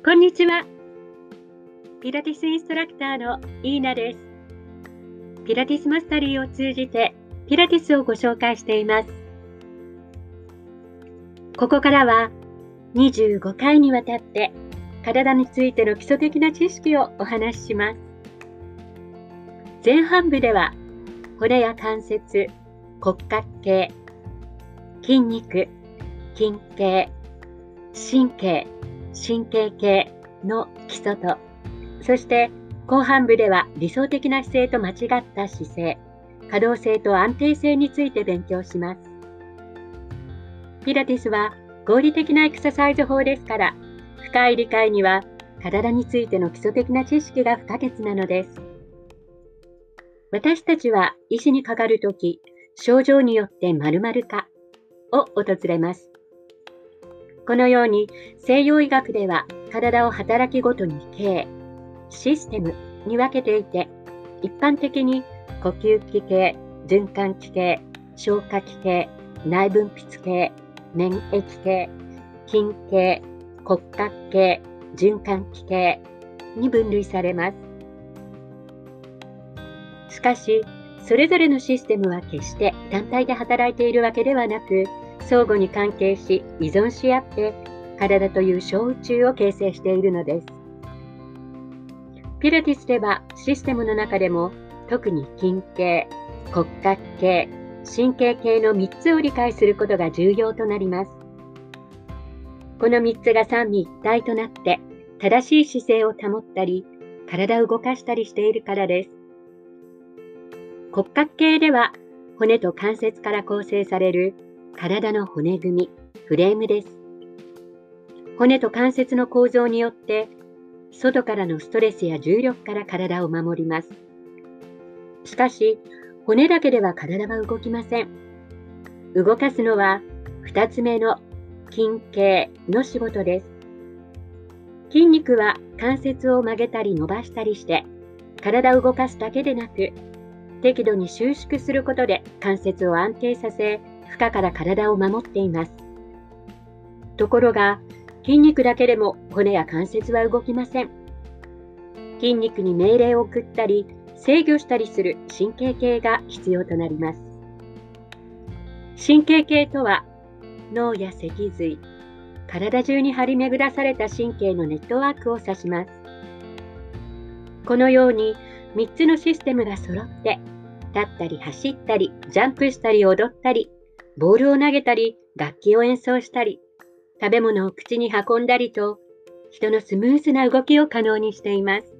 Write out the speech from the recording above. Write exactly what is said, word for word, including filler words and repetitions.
こんにちは。ピラティスインストラクターのイーナです。ピラティスマスタリーを通じてピラティスをご紹介しています。ここからはにじゅうごかいにわたって体についての基礎的な知識をお話しします。前半部では骨や関節、骨格系、筋肉、筋系、神経、神経系の基礎と、そして後半部では理想的な姿勢と間違った姿勢、可動性と安定性について勉強します。ピラティスは合理的なエクササイズ法ですから、深い理解には体についての基礎的な知識が不可欠なのです。私たちは医師にかかるとき、症状によって〇〇かを訪れます。このように西洋医学では体を働きごとに系、システムに分けていて、一般的に呼吸器系、循環器系、消化器系、内分泌系、免疫系、筋系、骨格系、循環器系に分類されます。しかし、それぞれのシステムは決して単体で働いているわけではなく、相互に関係し、依存し合って、体という小宇宙を形成しているのです。ピラティスではシステムの中でも、特に筋系、骨格系、神経系のみっつを理解することが重要となります。このみっつが三位一体となって、正しい姿勢を保ったり、体を動かしたりしているからです。骨格系では、骨と関節から構成される体の骨組み、フレームです。骨と関節の構造によって、外からのストレスや重力から体を守ります。しかし、骨だけでは体は動きません。動かすのはふたつめの筋系の仕事です。筋肉は関節を曲げたり伸ばしたりして、体を動かすだけでなく、適度に収縮することで関節を安定させ、負荷から体を守っています。ところが、筋肉だけでも骨や関節は動きません。筋肉に命令を送ったり、制御したりする神経系が必要となります。神経系とは、脳や脊髄、体中に張り巡らされた神経のネットワークを指します。このようにみっつのシステムが揃って、立ったり走ったり、ジャンプしたり踊ったり、ボールを投げたり、楽器を演奏したり、食べ物を口に運んだりと、人のスムーズな動きを可能にしています。